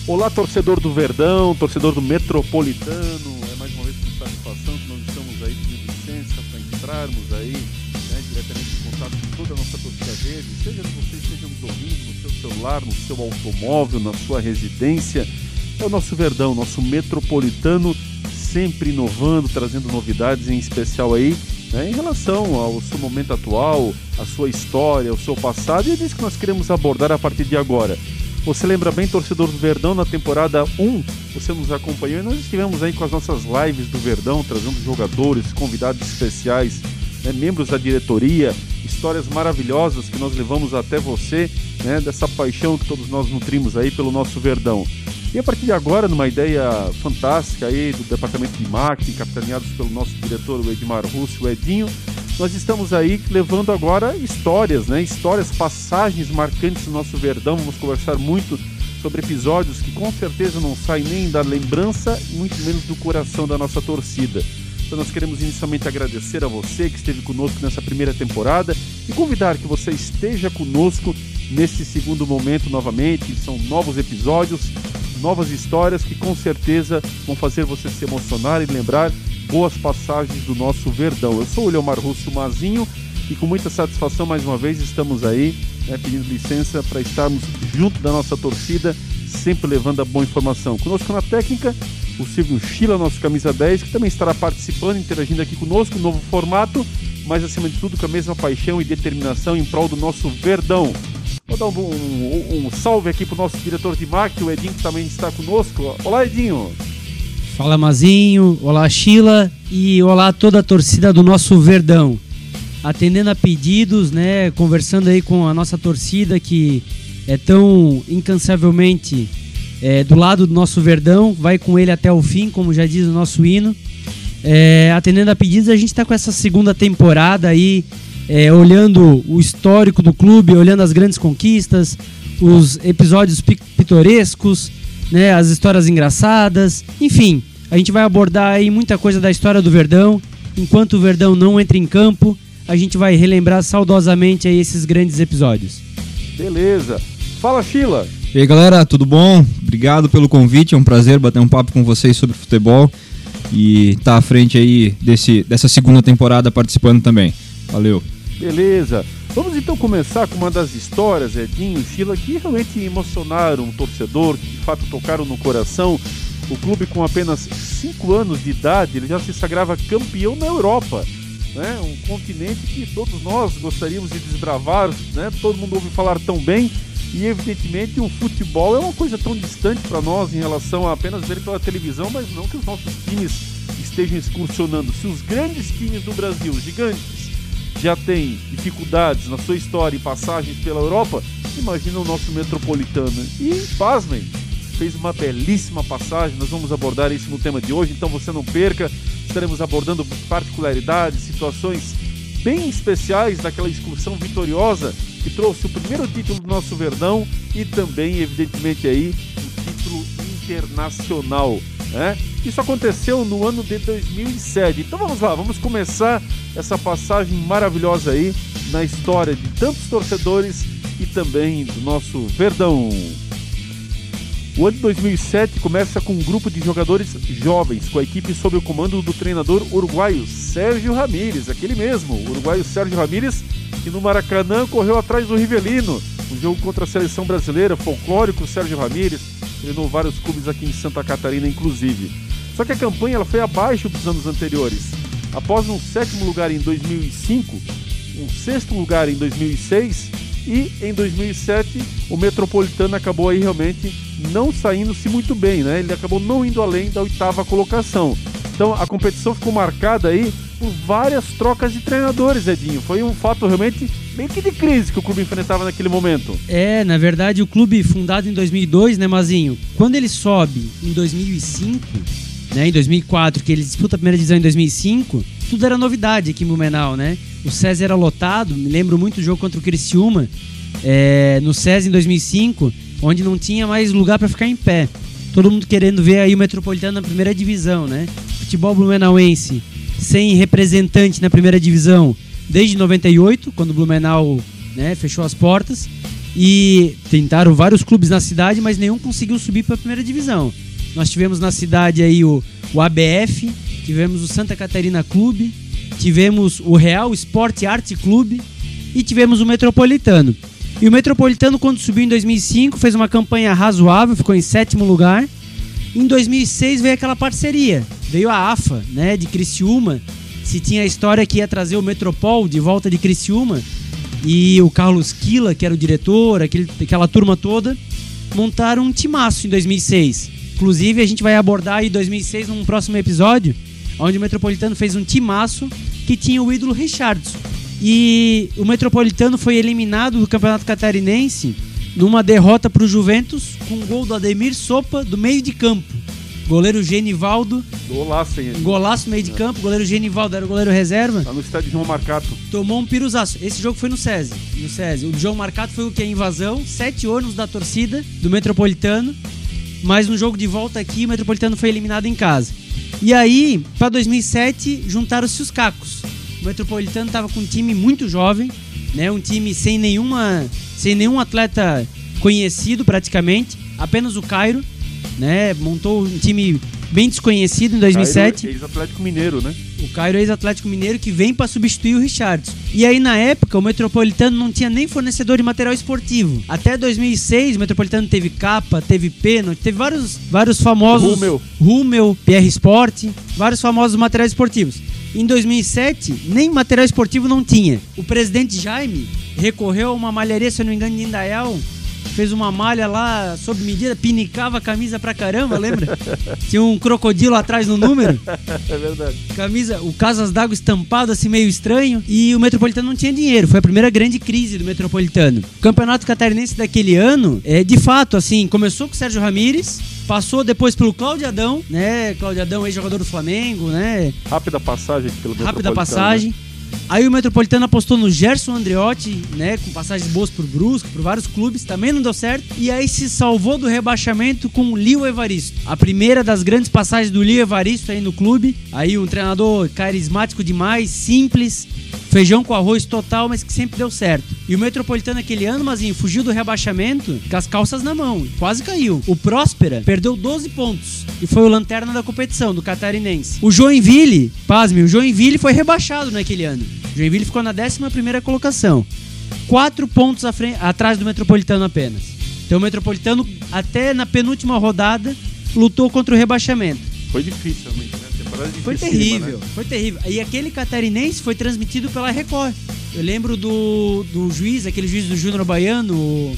Olá, torcedor do Verdão, torcedor do Metropolitano. É mais uma vez com satisfação que nós estamos aí pedindo licença para entrarmos aí, né, diretamente em contato com toda a nossa torcida verde, seja que vocês estejam nos ouvindo no seu celular, no seu automóvel, na sua residência. É o nosso Verdão, nosso Metropolitano, sempre inovando, trazendo novidades, em especial aí, né, em relação ao seu momento atual, a sua história, o seu passado, e é isso que nós queremos abordar a partir de agora. Você lembra bem, torcedor do Verdão, na temporada 1, você nos acompanhou e nós estivemos aí com as nossas lives do Verdão, trazendo jogadores, convidados especiais, né, membros da diretoria, histórias maravilhosas que nós levamos até você, né, dessa paixão que todos nós nutrimos aí pelo nosso Verdão. E a partir de agora, numa ideia fantástica aí do departamento de marketing, capitaneados pelo nosso diretor, o Edmar Russo, o Edinho, nós estamos aí levando agora histórias, né? Histórias, passagens marcantes do nosso Verdão. Vamos conversar muito sobre episódios que com certeza não saem nem da lembrança, muito menos do coração da nossa torcida. Então nós queremos inicialmente agradecer a você que esteve conosco nessa primeira temporada e convidar que você esteja conosco nesse segundo momento novamente. São novos episódios, novas histórias que com certeza vão fazer você se emocionar e lembrar boas passagens do nosso Verdão. Eu sou o Leomar Russo Mazinho e com muita satisfação mais uma vez estamos aí, né, pedindo licença para estarmos junto da nossa torcida, sempre levando a boa informação. Conosco na técnica, o Silvio Schiller, nosso camisa 10, que também estará participando, interagindo aqui conosco, um novo formato, mas acima de tudo com a mesma paixão e determinação em prol do nosso Verdão. Vou dar um salve aqui para o nosso diretor de marketing, o Edinho, que também está conosco. Olá, Edinho! Fala, Mazinho, olá, Sheila, e olá a toda a torcida do nosso Verdão. Atendendo a pedidos, né, conversando aí com a nossa torcida que é tão incansavelmente do lado do nosso Verdão, vai com ele até o fim, como já diz o nosso hino. Atendendo a pedidos, a gente está com essa segunda temporada aí, olhando o histórico do clube, olhando as grandes conquistas, os episódios pitorescos, né, as histórias engraçadas, enfim, a gente vai abordar aí muita coisa da história do Verdão. Enquanto o Verdão não entra em campo, a gente vai relembrar saudosamente aí esses grandes episódios. Beleza. Fala, Sheila. E aí, galera, tudo bom? Obrigado pelo convite, é um prazer bater um papo com vocês sobre futebol e estar à frente aí dessa segunda temporada participando também. Valeu. Beleza. Vamos então começar com uma das histórias, Edinho, Sheila, que realmente emocionaram o torcedor, que de fato tocaram no coração. O clube, com apenas 5 anos de idade, ele já se sagrava campeão na Europa, né? Um continente que todos nós gostaríamos de desbravar, né? Todo mundo ouve falar tão bem e evidentemente o futebol é uma coisa tão distante para nós em relação a apenas ver pela televisão, mas não que os nossos times estejam excursionando. Se os grandes times do Brasil, os gigantes, já tem dificuldades na sua história e passagens pela Europa, imagina o nosso Metropolitano. E, pasmem, fez uma belíssima passagem, nós vamos abordar isso no tema de hoje, então você não perca, estaremos abordando particularidades, situações bem especiais daquela excursão vitoriosa que trouxe o primeiro título do nosso Verdão e também, evidentemente, aí, o título internacional, né? Isso aconteceu no ano de 2007. Então vamos lá, vamos começar essa passagem maravilhosa aí na história de tantos torcedores e também do nosso Verdão. O ano de 2007 começa com um grupo de jogadores jovens, com a equipe sob o comando do treinador uruguaio Sérgio Ramírez, aquele mesmo, o uruguaio Sérgio Ramírez, que no Maracanã correu atrás do Rivelino, um jogo contra a seleção brasileira, folclórico. Sérgio Ramírez treinou vários clubes aqui em Santa Catarina, inclusive. Só que a campanha ela foi abaixo dos anos anteriores. Após um 7º lugar em 2005, um 6º lugar em 2006 e em 2007 o Metropolitano acabou aí realmente não saindo-se muito bem, né? Ele acabou não indo além da 8ª colocação. Então a competição ficou marcada aí por várias trocas de treinadores, Edinho. Foi um fato realmente meio que de crise que o clube enfrentava naquele momento. Na verdade o clube fundado em 2002, né, Mazinho? Quando ele sobe em 2005, né, em 2004, que ele disputa a primeira divisão em 2005, tudo era novidade aqui em Blumenau, né? O SESI era lotado, me lembro muito do jogo contra o Criciúma, no SESI em 2005, onde não tinha mais lugar para ficar em pé. Todo mundo querendo ver aí o Metropolitano na primeira divisão, né? Futebol blumenauense sem representante na primeira divisão desde 98, quando o Blumenau, né, fechou as portas. E tentaram vários clubes na cidade, mas nenhum conseguiu subir para a primeira divisão. Nós tivemos na cidade aí o ABF, tivemos o Santa Catarina Clube, tivemos o Real Esporte Arte Clube e tivemos o Metropolitano. E o Metropolitano, quando subiu em 2005, fez uma campanha razoável, ficou em 7º lugar. Em 2006 veio aquela parceria, veio a AFA, né, de Criciúma. Se tinha a história que ia trazer o Metropol de volta de Criciúma, e o Carlos Quila, que era o diretor, aquela turma toda, montaram um timaço em 2006. Inclusive, a gente vai abordar aí 2006 num próximo episódio, onde o Metropolitano fez um timaço que tinha o ídolo Richardson. E o Metropolitano foi eliminado do Campeonato Catarinense numa derrota para o Juventus com um gol do Ademir Sopa do meio de campo. Goleiro Genivaldo. Golaço no meio de campo. Goleiro Genivaldo era o goleiro reserva. Lá no estádio João Marcato. Tomou um piruzaço. Esse jogo foi no SESI. O João Marcato foi o que? A invasão. 7 ônibus da torcida do Metropolitano. Mas no jogo de volta aqui, o Metropolitano foi eliminado em casa. E aí, para 2007, juntaram-se os cacos. O Metropolitano estava com um time muito jovem, né? Um time sem nenhum atleta conhecido praticamente. Apenas o Cairo, né? Montou um time bem desconhecido em 2007. Cairo, ex-Atlético Mineiro, né? O Cairo é ex-Atlético Mineiro que vem para substituir o Richardson. E aí, na época, o Metropolitano não tinha nem fornecedor de material esportivo. Até 2006, o Metropolitano teve capa, teve pênalti, teve vários famosos... Rummel, PR Sport, vários famosos materiais esportivos. Em 2007, nem material esportivo não tinha. O presidente Jaime recorreu a uma malharia, se eu não me engano, de Indaial, fez uma malha lá sob medida, pinicava a camisa pra caramba, lembra? Tinha um crocodilo atrás no número. É verdade. Camisa, o Casas d'Água estampado assim meio estranho. E o Metropolitano não tinha dinheiro. Foi a primeira grande crise do Metropolitano. O Campeonato Catarinense daquele ano, de fato, assim, começou com o Sérgio Ramírez, passou depois pelo Cláudio Adão, né? Cláudio Adão, ex-jogador do Flamengo, né? Rápida passagem pelo Metropolitano. Rápida passagem. Né? Aí o Metropolitano apostou no Gerson Andreotti, né, com passagens boas por Brusque, por vários clubes, também não deu certo. E aí se salvou do rebaixamento com o Lio Evaristo. A primeira das grandes passagens do Lio Evaristo aí no clube. Aí um treinador carismático demais, simples, feijão com arroz total, mas que sempre deu certo. E o Metropolitano aquele ano, Mazinho, fugiu do rebaixamento com as calças na mão, quase caiu. O Próspera perdeu 12 pontos e foi o lanterna da competição, do Catarinense. O Joinville, pasme, o Joinville foi rebaixado naquele ano. O Joinville ficou na 11ª colocação. 4 pontos atrás do Metropolitano apenas. Então o Metropolitano, até na penúltima rodada, lutou contra o rebaixamento. Foi difícil realmente, né? Foi terrível, né? Foi terrível. E aquele Catarinense foi transmitido pela Record. Eu lembro do juiz, aquele juiz do Júnior Baiano,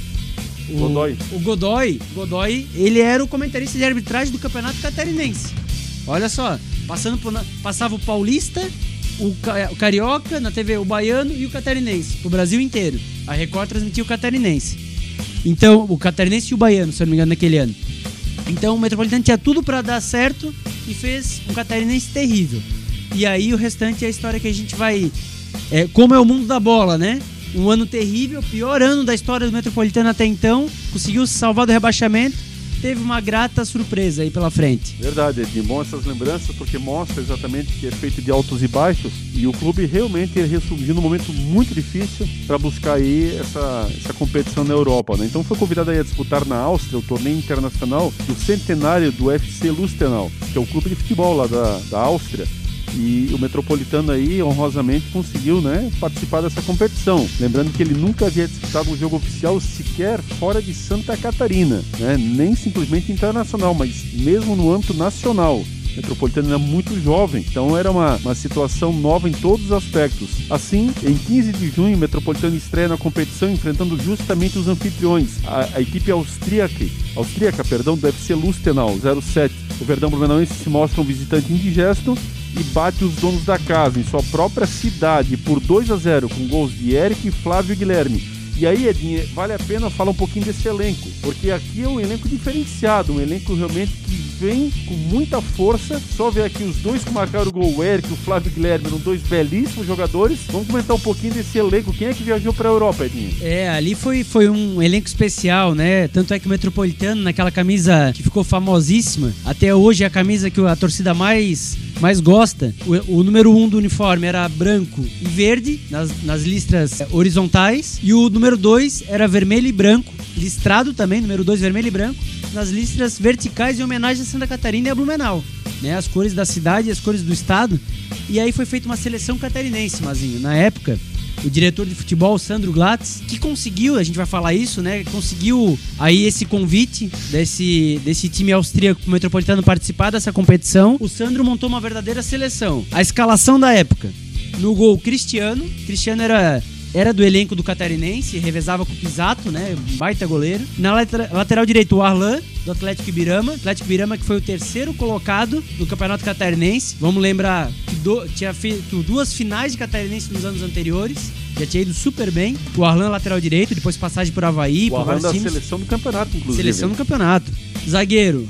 o Godoy, ele era o comentarista de arbitragem do Campeonato Catarinense. Olha só, passava o Paulista, o Carioca, na TV o Baiano e o Catarinense, pro Brasil inteiro. A Record transmitia o Catarinense. Então, o Catarinense e o Baiano, se eu não me engano, naquele ano. Então o Metropolitano tinha tudo pra dar certo e fez um Catarinense terrível. E aí o restante é a história que a gente vai... como é o mundo da bola, né? Um ano terrível, pior ano da história do Metropolitano até então. Conseguiu se salvar do rebaixamento. Teve uma grata surpresa aí pela frente. Verdade, Edinho. Bom essas lembranças, porque mostra exatamente que é feito de altos e baixos. E o clube realmente ressurgiu num momento muito difícil para buscar aí essa competição na Europa, né? Então foi convidado aí a disputar na Áustria o torneio internacional do centenário do FC Lustenau, que é o clube de futebol lá da Áustria. E o Metropolitano aí, honrosamente, conseguiu, né, participar dessa competição. Lembrando que ele nunca havia disputado um jogo oficial sequer fora de Santa Catarina, né, nem simplesmente internacional, mas mesmo no âmbito nacional. O Metropolitano era muito jovem, então era uma situação nova em todos os aspectos. Assim, em 15 de junho, o Metropolitano estreia na competição enfrentando justamente os anfitriões, a equipe austríaca do FC Lustenau 07. O Verdão Blumenauense se mostra um visitante indigesto e bate os donos da casa em sua própria cidade por 2-0 com gols de Eric, Flávio e Guilherme. E aí, Edinho, vale a pena falar um pouquinho desse elenco, porque aqui é um elenco diferenciado, um elenco realmente que vem com muita força. Só ver aqui os dois que marcaram o gol, o Eric e o Flávio Guilherme, eram dois belíssimos jogadores. Vamos comentar um pouquinho desse elenco. Quem é que viajou para a Europa, Edinho? Ali foi um elenco especial, né? Tanto é que o Metropolitano, naquela camisa que ficou famosíssima, até hoje é a camisa que a torcida mais mais gosta. O número 1 do uniforme era branco e verde, nas listras horizontais. E o número 2 era vermelho e branco, listrado também, número 2 vermelho e branco, nas listras verticais em homenagem a Santa Catarina e a Blumenau, né? As cores da cidade e as cores do estado. E aí foi feita uma seleção catarinense, Mazinho. Na época, o diretor de futebol, Sandro Glatz, que conseguiu, a gente vai falar isso, né? Conseguiu aí esse convite desse time austríaco pro Metropolitano participar dessa competição. O Sandro montou uma verdadeira seleção. A escalação da época: no gol, Cristiano era do elenco do Catarinense, revezava com o Pisato, né? Baita goleiro. Na lateral direito, o Arlan, do Atlético Ibirama. Atlético Ibirama, que foi o terceiro colocado do Campeonato Catarinense. Vamos lembrar que tinha feito 2 finais de Catarinense nos anos anteriores. Já tinha ido super bem. O Arlan, lateral direito, depois passagem por Avaí, por vários times. Seleção do campeonato, inclusive. Seleção do campeonato. Zagueiro,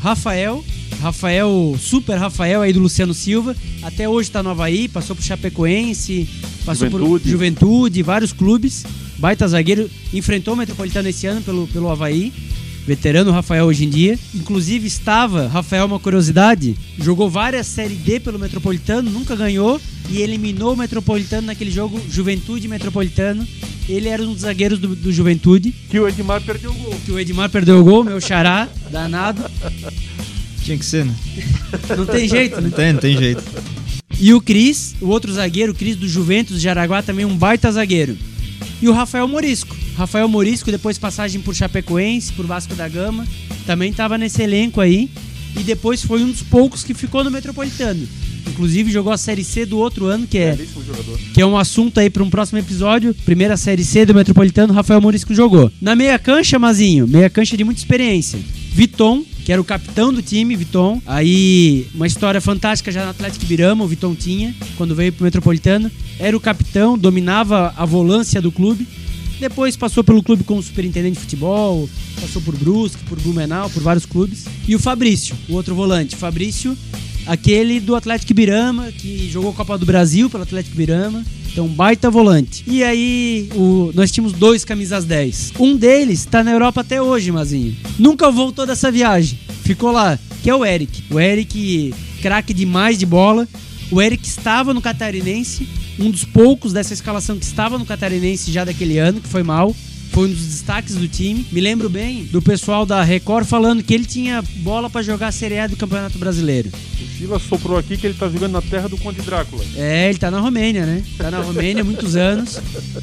Super Rafael aí do Luciano Silva. Até hoje tá no Avaí, passou pro Chapecoense, passou por Juventude, vários clubes. Baita zagueiro, enfrentou o Metropolitano esse ano pelo Avaí. Veterano Rafael hoje em dia. Inclusive Rafael, uma curiosidade, jogou várias Série D pelo Metropolitano, nunca ganhou e eliminou o Metropolitano naquele jogo Juventude Metropolitano. Ele era um dos zagueiros do Juventude. Que o Edmar perdeu o gol. Meu xará, danado. Tinha que ser, né? Não tem jeito, né? Não tem jeito. E o Cris, o outro zagueiro, o Cris do Juventus de Jaraguá, também um baita zagueiro. E o Rafael Morisco, depois passagem por Chapecoense, por Vasco da Gama, também estava nesse elenco aí. E depois foi um dos poucos que ficou no Metropolitano. Inclusive jogou a Série C do outro ano, que é um assunto aí para um próximo episódio. Primeira Série C do Metropolitano, Rafael Morisco jogou. Na meia cancha, Mazinho, meia cancha de muita experiência. Viton, que era o capitão do time, Viton. Aí, uma história fantástica já no Atlético Ibirama, o Viton tinha, quando veio pro Metropolitano. Era o capitão, dominava a volância do clube. Depois passou pelo clube como superintendente de futebol, passou por Brusque, por Blumenau, por vários clubes. E o Fabrício, o outro volante. Fabrício, aquele do Atlético Ibirama, que jogou Copa do Brasil pelo Atlético Ibirama. Então, baita volante. E aí, nós tínhamos 2 camisas 10. Um deles tá na Europa até hoje, Mazinho. Nunca voltou dessa viagem. Ficou lá, que é o Eric. O Eric, craque demais de bola. O Eric estava no Catarinense, um dos poucos dessa escalação que estava no Catarinense já daquele ano, que foi mal. Foi um dos destaques do time. Me lembro bem do pessoal da Record falando que ele tinha bola pra jogar a Série A do Campeonato Brasileiro. O Sheila soprou aqui que ele tá jogando na terra do Conde Drácula. É, ele tá na Romênia, né? Tá na Romênia há muitos anos.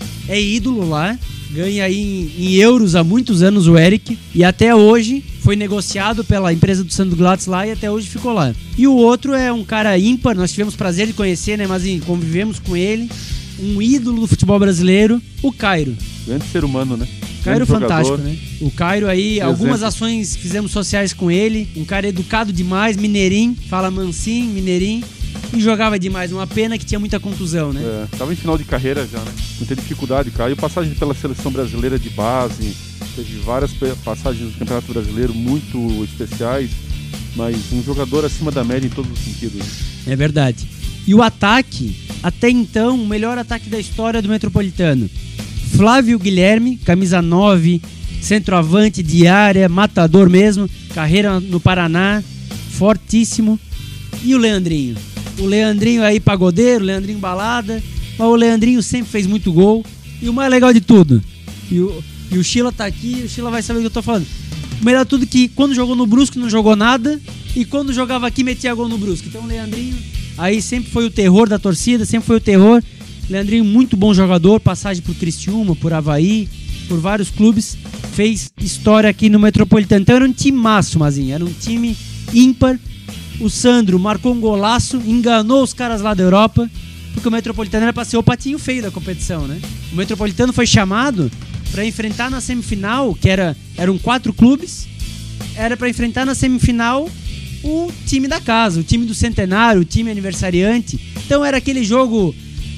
É ídolo lá. Ganha aí em euros há muitos anos o Eric. E até hoje foi negociado pela empresa do Sandro Glatz lá e até hoje ficou lá. E o outro é um cara ímpar. Nós tivemos prazer de conhecer, né? Mas convivemos com ele. Um ídolo do futebol brasileiro, o Cairo. Grande ser humano, né? Cairo fantástico, né? O Cairo aí, algumas ações fizemos sociais com ele. Um cara educado demais, mineirinho, fala mansinho, mineirinho. E jogava demais, uma pena que tinha muita contusão, né? Tava em final de carreira já, né? Muita dificuldade, Caio. Passagem pela seleção brasileira de base, teve várias passagens no Campeonato Brasileiro muito especiais, mas um jogador acima da média em todos os sentidos. É verdade. E o ataque, até então, o melhor ataque da história do Metropolitano. Flávio Guilherme, camisa 9, centroavante de área, matador mesmo, carreira no Paraná, fortíssimo. E o Leandrinho? O Leandrinho aí pagodeiro, o Leandrinho balada, mas o Leandrinho sempre fez muito gol. E o mais legal de tudo, e o Sheila tá aqui, o Sheila vai saber o que eu tô falando. O melhor de tudo é que quando jogou no Brusque não jogou nada, e quando jogava aqui metia gol no Brusque. Então o Leandrinho aí sempre foi o terror da torcida, sempre foi o terror. Leandrinho, muito bom jogador, passagem por Criciúma, por Avaí, por vários clubes, fez história aqui no Metropolitano. Então era um time maço, Mazinho, era um time ímpar. O Sandro marcou um golaço, enganou os caras lá da Europa, porque o Metropolitano era pra ser o patinho feio da competição, né? O Metropolitano foi chamado pra enfrentar na semifinal, que eram 4 clubes, era pra enfrentar na semifinal o time da casa, o time do centenário, o time aniversariante. Então era aquele jogo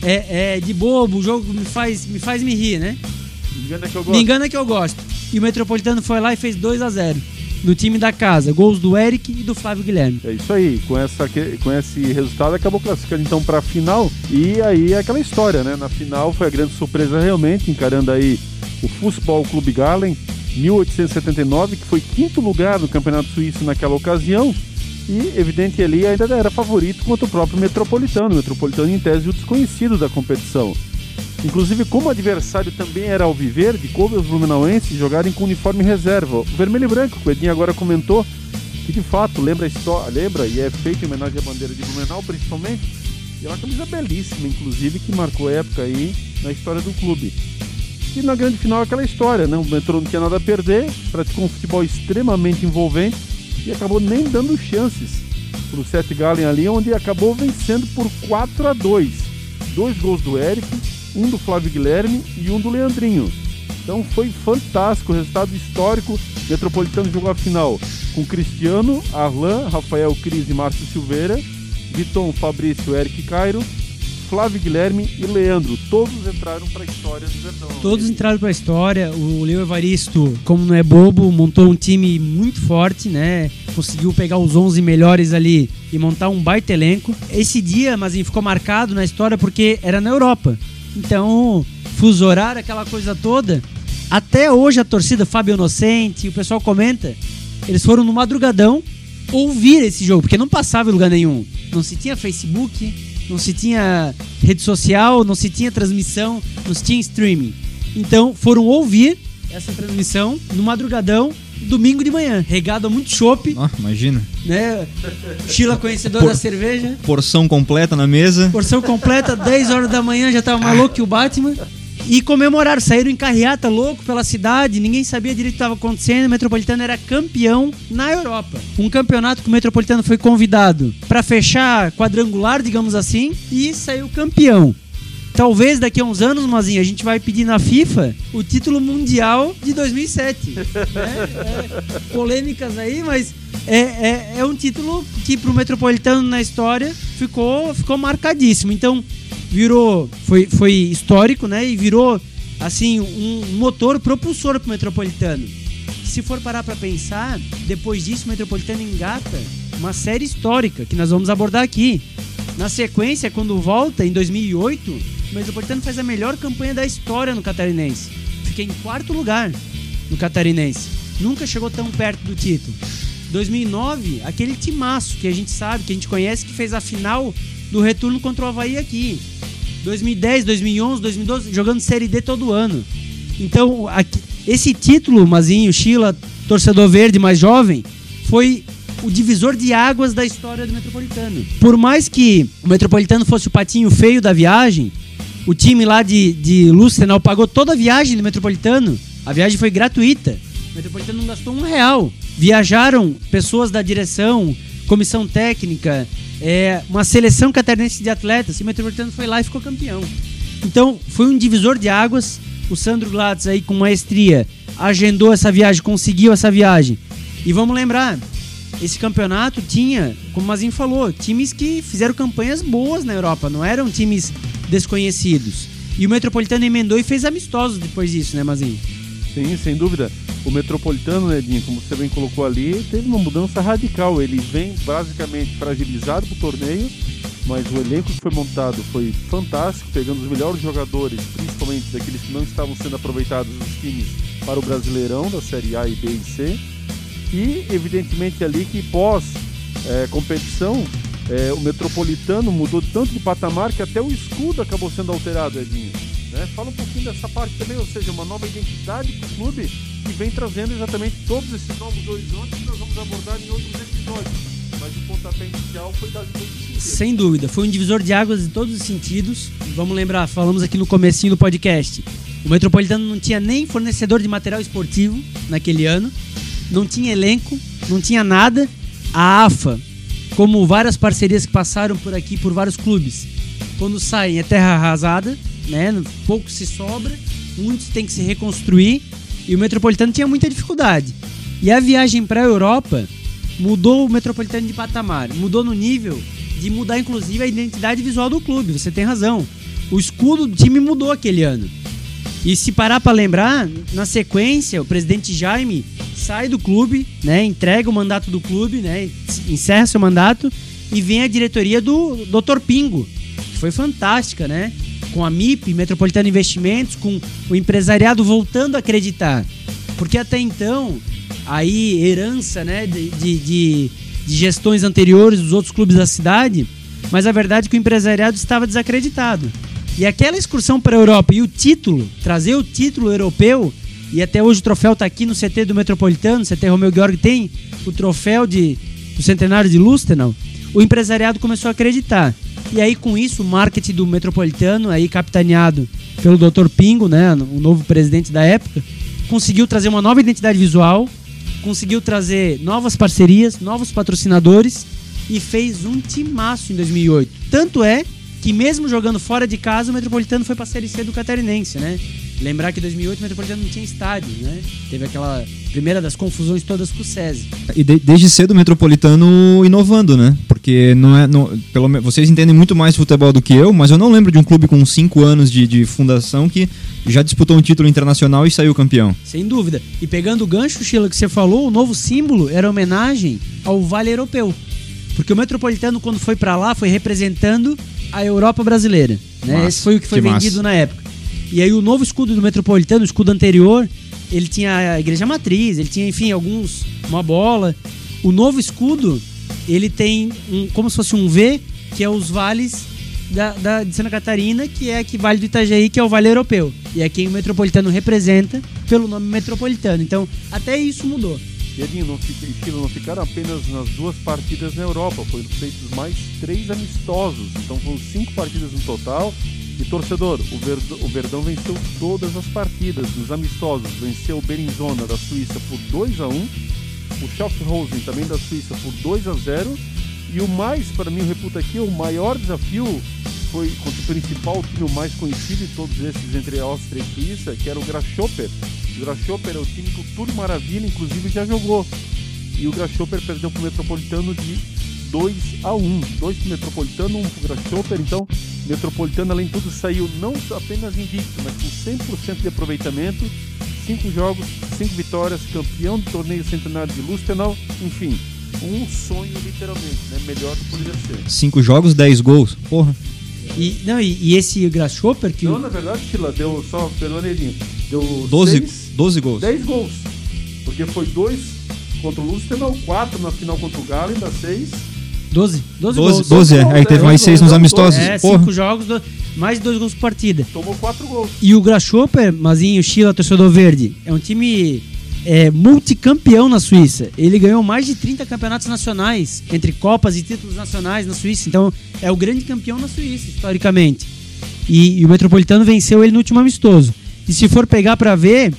de bobo, o jogo me rir, né? Me engana que eu gosto. E o Metropolitano foi lá e fez 2-0 no time da casa, gols do Eric e do Flávio Guilherme. É isso aí, com esse resultado acabou classificando então para a final. E aí é aquela história, né? Na final foi a grande surpresa realmente, encarando aí o Fußball Club Galen 1879, que foi 5º lugar no Campeonato Suíço naquela ocasião. E, evidente, ali ainda era favorito contra o próprio Metropolitano. O Metropolitano, em tese, o desconhecido da competição. Inclusive, como o adversário também era alviverde, coube aos blumenauenses jogarem com uniforme reserva. O vermelho e branco, que o Edinho agora comentou, que de fato lembra e é feito em homenagem à bandeira de Blumenau, principalmente. E é uma camisa belíssima, inclusive, que marcou época aí na história do clube. E na grande final aquela história, né? O Metrô não tinha nada a perder, praticou um futebol extremamente envolvente e acabou nem dando chances para o Seth Gallen ali, onde acabou vencendo por 4-2. 2 gols do Eric, um do Flávio Guilherme e um do Leandrinho. Então foi fantástico, resultado histórico. O Metropolitano jogou a final com Cristiano, Arlan, Rafael Cris e Márcio Silveira, Viton, Fabrício, Eric Cairo, Flávio Guilherme e Leandro. Todos entraram para a história do Verdão. Todos entraram para a história. O Leo Evaristo, como não é bobo, montou um time muito forte, né? Conseguiu pegar os 11 melhores ali e montar um baita elenco. Esse dia, mas ficou marcado na história porque era na Europa. Então, fuso horário, aquela coisa toda. Até hoje a torcida, Fábio Inocente, o pessoal comenta, eles foram no madrugadão ouvir esse jogo, porque não passava em lugar nenhum. Não se tinha Facebook, não se tinha rede social, não se tinha transmissão, não se tinha streaming. Então foram ouvir essa transmissão no madrugadão, domingo de manhã, regado a muito chopp. Imagina. Né? Sheila, conhecedor da cerveja. Porção completa na mesa. Porção completa, 10 horas da manhã, já tava mais louco que o Batman. E comemoraram, saíram em carreata, louco, pela cidade, ninguém sabia direito o que estava acontecendo. O Metropolitano era campeão na Europa. Um campeonato que o Metropolitano foi convidado para fechar quadrangular, digamos assim, e saiu campeão. Talvez daqui a uns anos, Mazinho, a gente vai pedir na FIFA o título mundial de 2007. Polêmicas aí, mas é um título que pro Metropolitano na história ficou marcadíssimo. Então, foi histórico, né? E virou, assim, um motor propulsor pro Metropolitano. Se for parar pra pensar, depois disso o Metropolitano engata uma série histórica que nós vamos abordar aqui. Na sequência, quando volta, em 2008, o Metropolitano faz a melhor campanha da história no Catarinense. Fica em 4º lugar no Catarinense. Nunca chegou tão perto do título. 2009, aquele timaço que a gente sabe, que a gente conhece, que fez a final do retorno contra o Avaí aqui. 2010, 2011, 2012, jogando Série D todo ano. Então, esse título, Mazinho, Sheila, torcedor verde mais jovem, foi o divisor de águas da história do Metropolitano. Por mais que o Metropolitano fosse o patinho feio da viagem, o time lá de Lustenau pagou toda a viagem do Metropolitano. A viagem foi gratuita. O Metropolitano não gastou R$1. Viajaram pessoas da direção, comissão técnica, uma seleção catarinense de atletas, e o Metropolitano foi lá e ficou campeão. Então, foi um divisor de águas. O Sandro Glatz aí com maestria agendou essa viagem, conseguiu essa viagem. E vamos lembrar, esse campeonato tinha, como o Mazinho falou, times que fizeram campanhas boas na Europa, não eram times desconhecidos. E o Metropolitano emendou e fez amistosos depois disso, né, Mazinho? Sim, sem dúvida. O Metropolitano, né, Edinho, como você bem colocou ali, teve uma mudança radical. Ele vem basicamente fragilizado para o torneio, mas o elenco que foi montado foi fantástico, pegando os melhores jogadores, principalmente daqueles que não estavam sendo aproveitados nos times para o Brasileirão, da Série A, e B e C. E, evidentemente, ali que pós-competição, o Metropolitano mudou tanto de patamar que até o escudo acabou sendo alterado, Edinho. Né? Fala um pouquinho dessa parte também, ou seja, uma nova identidade para o clube que vem trazendo exatamente todos esses novos horizontes que nós vamos abordar em outros episódios. Mas o pontapé inicial foi dado em todos os sentidos. Sem dúvida, foi um divisor de águas em todos os sentidos. Vamos lembrar, falamos aqui no comecinho do podcast, o Metropolitano não tinha nem fornecedor de material esportivo naquele ano, não tinha elenco, não tinha nada. A AFA, como várias parcerias que passaram por aqui, por vários clubes, quando saem é terra arrasada, né? Pouco se sobra, muitos tem que se reconstruir, e o Metropolitano tinha muita dificuldade. E a viagem para a Europa mudou o Metropolitano de patamar, mudou no nível de mudar inclusive a identidade visual do clube. Você tem razão, o escudo do time mudou aquele ano. E se parar para lembrar, na sequência o presidente Jaime sai do clube, né? Entrega o mandato do clube, né? Encerra seu mandato, e vem a diretoria do Dr. Pingo, que foi fantástica, né? Com a MIP, Metropolitano Investimentos, com o empresariado voltando a acreditar. Porque até então, aí herança, né, de gestões anteriores dos outros clubes da cidade, mas a verdade é que o empresariado estava desacreditado. E aquela excursão para a Europa e o título, trazer o título europeu, e até hoje o troféu está aqui no CT do Metropolitano, CT Romeu Georg tem o troféu do centenário de Lustenau, o empresariado começou a acreditar. E aí com isso o marketing do Metropolitano, aí capitaneado pelo Dr. Pingo, né, o novo presidente da época, conseguiu trazer uma nova identidade visual, conseguiu trazer novas parcerias, novos patrocinadores e fez um timaço em 2008. Tanto é que mesmo jogando fora de casa, o Metropolitano foi para a Série C do Catarinense, né? Lembrar que em 2008 o Metropolitano não tinha estádio, né? Teve aquela primeira das confusões todas com o SESI. E desde cedo o Metropolitano inovando, né? Porque vocês entendem muito mais de futebol do que eu, mas eu não lembro de um clube com 5 anos de fundação que já disputou um título internacional e saiu campeão. Sem dúvida. E pegando o gancho, Sheila, que você falou, o novo símbolo era homenagem ao Vale Europeu. Porque o Metropolitano, quando foi para lá, foi representando a Europa brasileira, né? Massa, esse foi o que foi vendido na época. E aí o novo escudo do Metropolitano, o escudo anterior, ele tinha a igreja matriz, ele tinha, enfim, uma bola. O novo escudo, ele tem como se fosse um V, que é os vales de Santa Catarina, que é Vale do Itajaí, que é o Vale Europeu. E é quem o Metropolitano representa pelo nome Metropolitano. Então, até isso mudou. E Edinho, não ficaram apenas nas 2 partidas na Europa, foram feitos mais 3 amistosos, então foram 5 partidas no total. E torcedor, o Verdão venceu todas as partidas nos amistosos, venceu o Bellinzona da Suíça por 2-1, o Schaffhausen também da Suíça por 2-0, e o mais, para mim, eu reputo aqui, o maior desafio foi contra o principal time, o mais conhecido de todos esses entre a Áustria e a Suíça, que era o Grasshopper. O Grasshopper é o time que o Túlio Maravilha, inclusive, já jogou. E o Grasshopper perdeu para o Metropolitano de 2-1. 2 para o Metropolitano, 1 para o Grasshopper. Então, o Metropolitano, além de tudo, saiu não apenas invicto, mas com 100% de aproveitamento. 5 jogos, 5 vitórias, campeão do torneio centenário de Lustenau. Enfim, um sonho literalmente, né? Melhor do que poderia ser. 5 jogos, 10 gols. Porra. E esse Grasshopper que... Não, na verdade, Sheila, deu só, perdoneirinho, deu 12 gols. 10 gols. Porque foi 2 contra o Lustenau, 4 na final contra o Galo, ainda 6. 12 gols. Aí teve mais 6 nos amistosos. 5 jogos, mais 2 gols por partida. Tomou 4 gols. E o Grasshopper, Mazinho, Sheila, torcedor verde, é um time multicampeão na Suíça. Ele ganhou mais de 30 campeonatos nacionais, entre copas e títulos nacionais na Suíça. Então é o grande campeão na Suíça, historicamente. E o Metropolitano venceu ele no último amistoso. E se for pegar pra ver,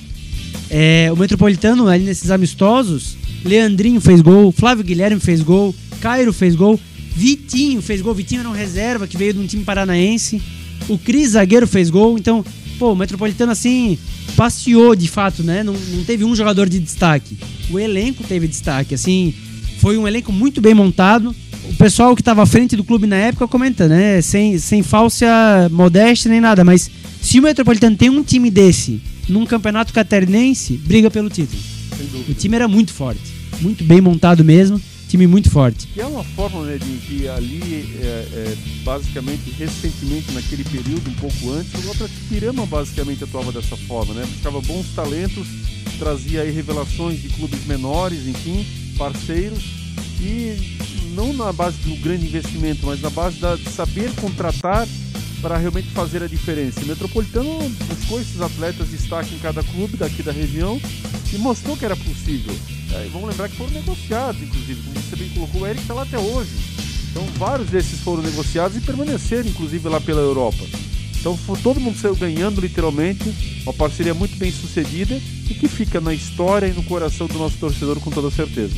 o Metropolitano ali nesses amistosos, Leandrinho fez gol, Flávio Guilherme fez gol, Cairo fez gol, Vitinho fez gol. Vitinho era um reserva que veio de um time paranaense. O Cris, zagueiro, fez gol. Então, o Metropolitano, assim, passeou de fato, né? Não teve um jogador de destaque. O elenco teve destaque, assim, foi um elenco muito bem montado. O pessoal que estava à frente do clube na época comenta, né? Sem falsa modéstia nem nada, mas se o Metropolitano tem um time desse num campeonato catarinense, briga pelo título. O time era muito forte, muito bem montado mesmo. Time muito forte. E é uma forma, né, de que ali, basicamente, recentemente, naquele período, um pouco antes, o Lopes Pirama basicamente atuava dessa forma, né? Buscava bons talentos, trazia aí revelações de clubes menores, enfim, parceiros, e não na base do grande investimento, mas na base de saber contratar para realmente fazer a diferença. O Metropolitano buscou esses atletas de destaque em cada clube daqui da região e mostrou que era possível. E vamos lembrar que foram negociados, inclusive, como você bem colocou, o Eric está lá até hoje. Então vários desses foram negociados e permaneceram, inclusive, lá pela Europa. Então todo mundo saiu ganhando, literalmente, uma parceria muito bem sucedida e que fica na história e no coração do nosso torcedor com toda certeza.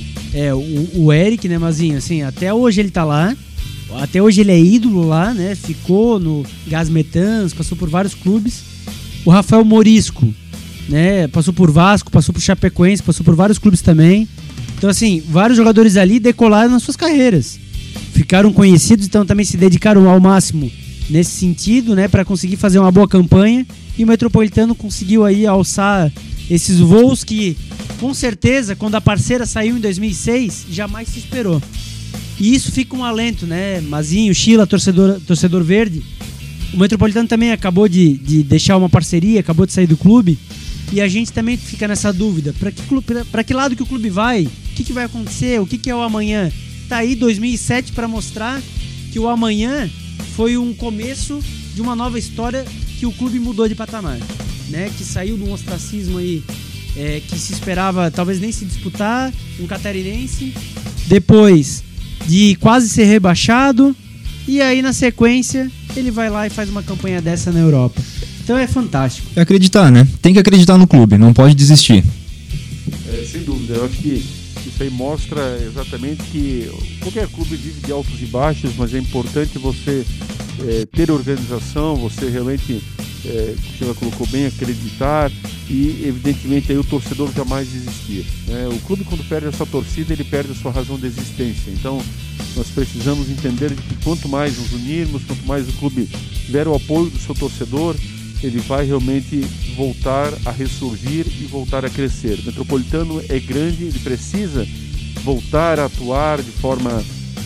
O Eric, né, Mazinho, assim, até hoje ele tá lá, até hoje ele é ídolo lá, né, ficou no Gás Metãs, passou por vários clubes. O Rafael Morisco, né, passou por Vasco, passou por Chapecoense, passou por vários clubes também. Então, assim, vários jogadores ali decolaram nas suas carreiras, ficaram conhecidos, então também se dedicaram ao máximo nesse sentido, né, para conseguir fazer uma boa campanha. E o Metropolitano conseguiu aí alçar esses voos que, com certeza, quando a parceira saiu em 2006, jamais se esperou. E isso fica um alento, né, Mazinho, Sheila, torcedor verde. O Metropolitano também acabou de deixar uma parceria, acabou de sair do clube. E a gente também fica nessa dúvida, para que lado que o clube vai? O que vai acontecer? O que é o amanhã? tá aí 2007 para mostrar que o amanhã foi um começo de uma nova história, que o clube mudou de patamar, né? Que saiu de um ostracismo aí, que se esperava talvez nem se disputar, um catarinense, depois de quase ser rebaixado, e aí na sequência ele vai lá e faz uma campanha dessa na Europa. Então é fantástico. É acreditar, né? Tem que acreditar no clube, não pode desistir. Sem dúvida, eu acho que isso aí mostra exatamente que qualquer clube vive de altos e baixos, mas é importante você ter organização, você realmente, o Sheila colocou bem, acreditar e, evidentemente, aí o torcedor jamais desistir, né? O clube, quando perde a sua torcida, ele perde a sua razão de existência. Então, nós precisamos entender que quanto mais nos unirmos, quanto mais o clube tiver o apoio do seu torcedor, ele vai realmente voltar a ressurgir e voltar a crescer. O Metropolitano é grande, ele precisa voltar a atuar de forma,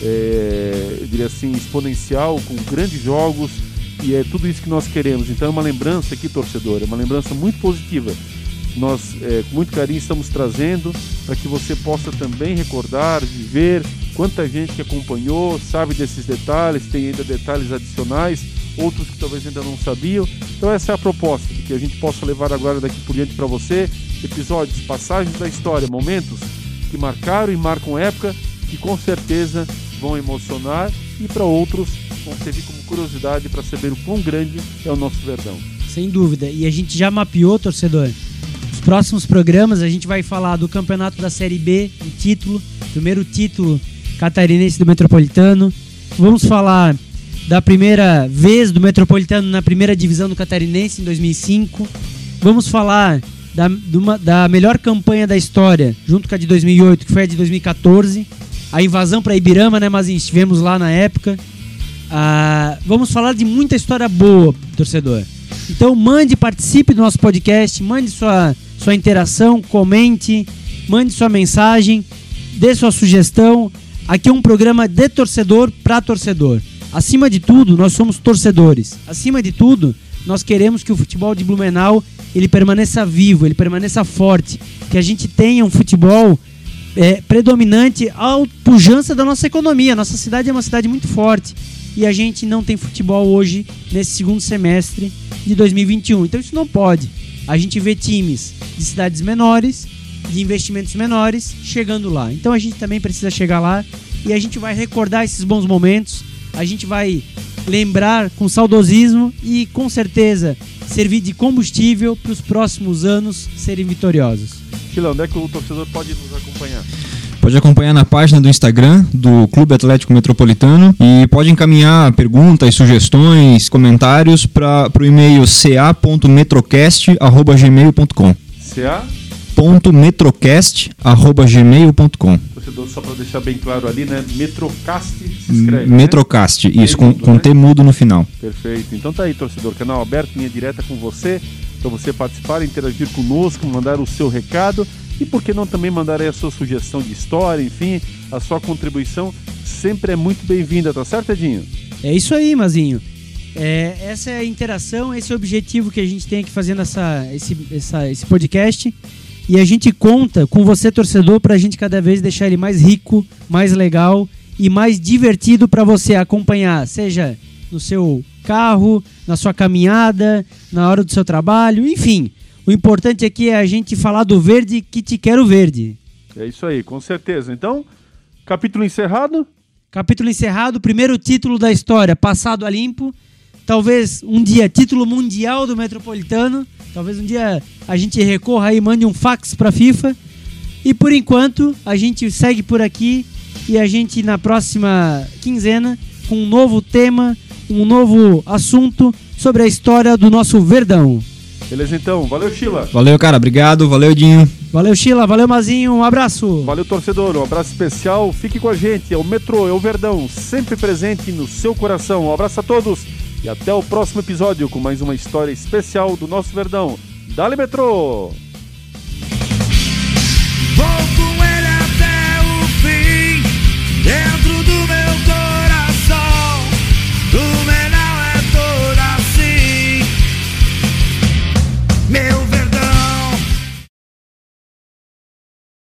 eu diria assim, exponencial, com grandes jogos, e é tudo isso que nós queremos. Então é uma lembrança aqui, torcedor, é uma lembrança muito positiva. Nós, com muito carinho, estamos trazendo para que você possa também recordar, viver, quanta gente que acompanhou, sabe desses detalhes, tem ainda detalhes adicionais, outros que talvez ainda não sabiam. Então essa é a proposta, de que a gente possa levar agora daqui por diante para você episódios, passagens da história, momentos que marcaram e marcam época, que com certeza vão emocionar, e para outros vão servir como curiosidade para saber o quão grande é o nosso Verdão. Sem dúvida, e a gente já mapeou, torcedor. Nos próximos programas a gente vai falar do campeonato da Série B, o título, primeiro título catarinense do Metropolitano. Vamos falar da primeira vez do Metropolitano na primeira divisão do Catarinense, em 2005. Vamos falar da melhor campanha da história, junto com a de 2008, que foi a de 2014. A invasão para Ibirama, né, mas estivemos lá na época. Vamos falar de muita história boa, torcedor. Então participe do nosso podcast, mande sua interação, comente, mande sua mensagem, dê sua sugestão. Aqui é um programa de torcedor para torcedor. Acima de tudo, nós somos torcedores. Acima de tudo, nós queremos que o futebol de Blumenau ele permaneça vivo, ele permaneça forte, que a gente tenha um futebol predominante à pujança da nossa economia. Nossa cidade é uma cidade muito forte e a gente não tem futebol hoje nesse segundo semestre de 2021. Então isso não pode. A gente vê times de cidades menores, de investimentos menores, chegando lá. Então a gente também precisa chegar lá e a gente vai recordar esses bons momentos. A gente vai lembrar com saudosismo e com certeza servir de combustível para os próximos anos serem vitoriosos. Sheila, onde é que o torcedor pode nos acompanhar? Pode acompanhar na página do Instagram do Clube Atlético Metropolitano e pode encaminhar perguntas, sugestões, comentários para o e-mail ca.metrocast@gmail.com. ca.metrocast@gmail.com. Torcedor, só para deixar bem claro ali, né? Metrocast se escreve, Metrocast, né? Isso, mudo, com T mudo no final. Perfeito. Então tá aí, torcedor. Canal aberto, linha direta com você, para você participar, interagir conosco, mandar o seu recado e por que não também mandar aí a sua sugestão de história, enfim, a sua contribuição sempre é muito bem-vinda, tá certo, Edinho? É isso aí, Mazinho. Essa é a interação, esse é o objetivo que a gente tem aqui fazendo esse podcast. E a gente conta com você, torcedor, para a gente cada vez deixar ele mais rico, mais legal e mais divertido para você acompanhar, seja no seu carro, na sua caminhada, na hora do seu trabalho, enfim. O importante aqui é a gente falar do verde que te quero verde. É isso aí, com certeza. Então, capítulo encerrado? Capítulo encerrado, primeiro título da história, passado a limpo. Talvez um dia título mundial do Metropolitano. Talvez um dia a gente recorra e mande um fax para a FIFA. E por enquanto a gente segue por aqui e a gente na próxima quinzena com um novo tema, um novo assunto sobre a história do nosso Verdão. Beleza então, valeu Sheila. Valeu, cara, obrigado, valeu Dinho. Valeu Sheila, valeu Mazinho, um abraço. Valeu torcedor, um abraço especial, fique com a gente, é o Metrô, é o Verdão, sempre presente no seu coração. Um abraço a todos e até o próximo episódio com mais uma história especial do nosso Verdão. Dale Metrô!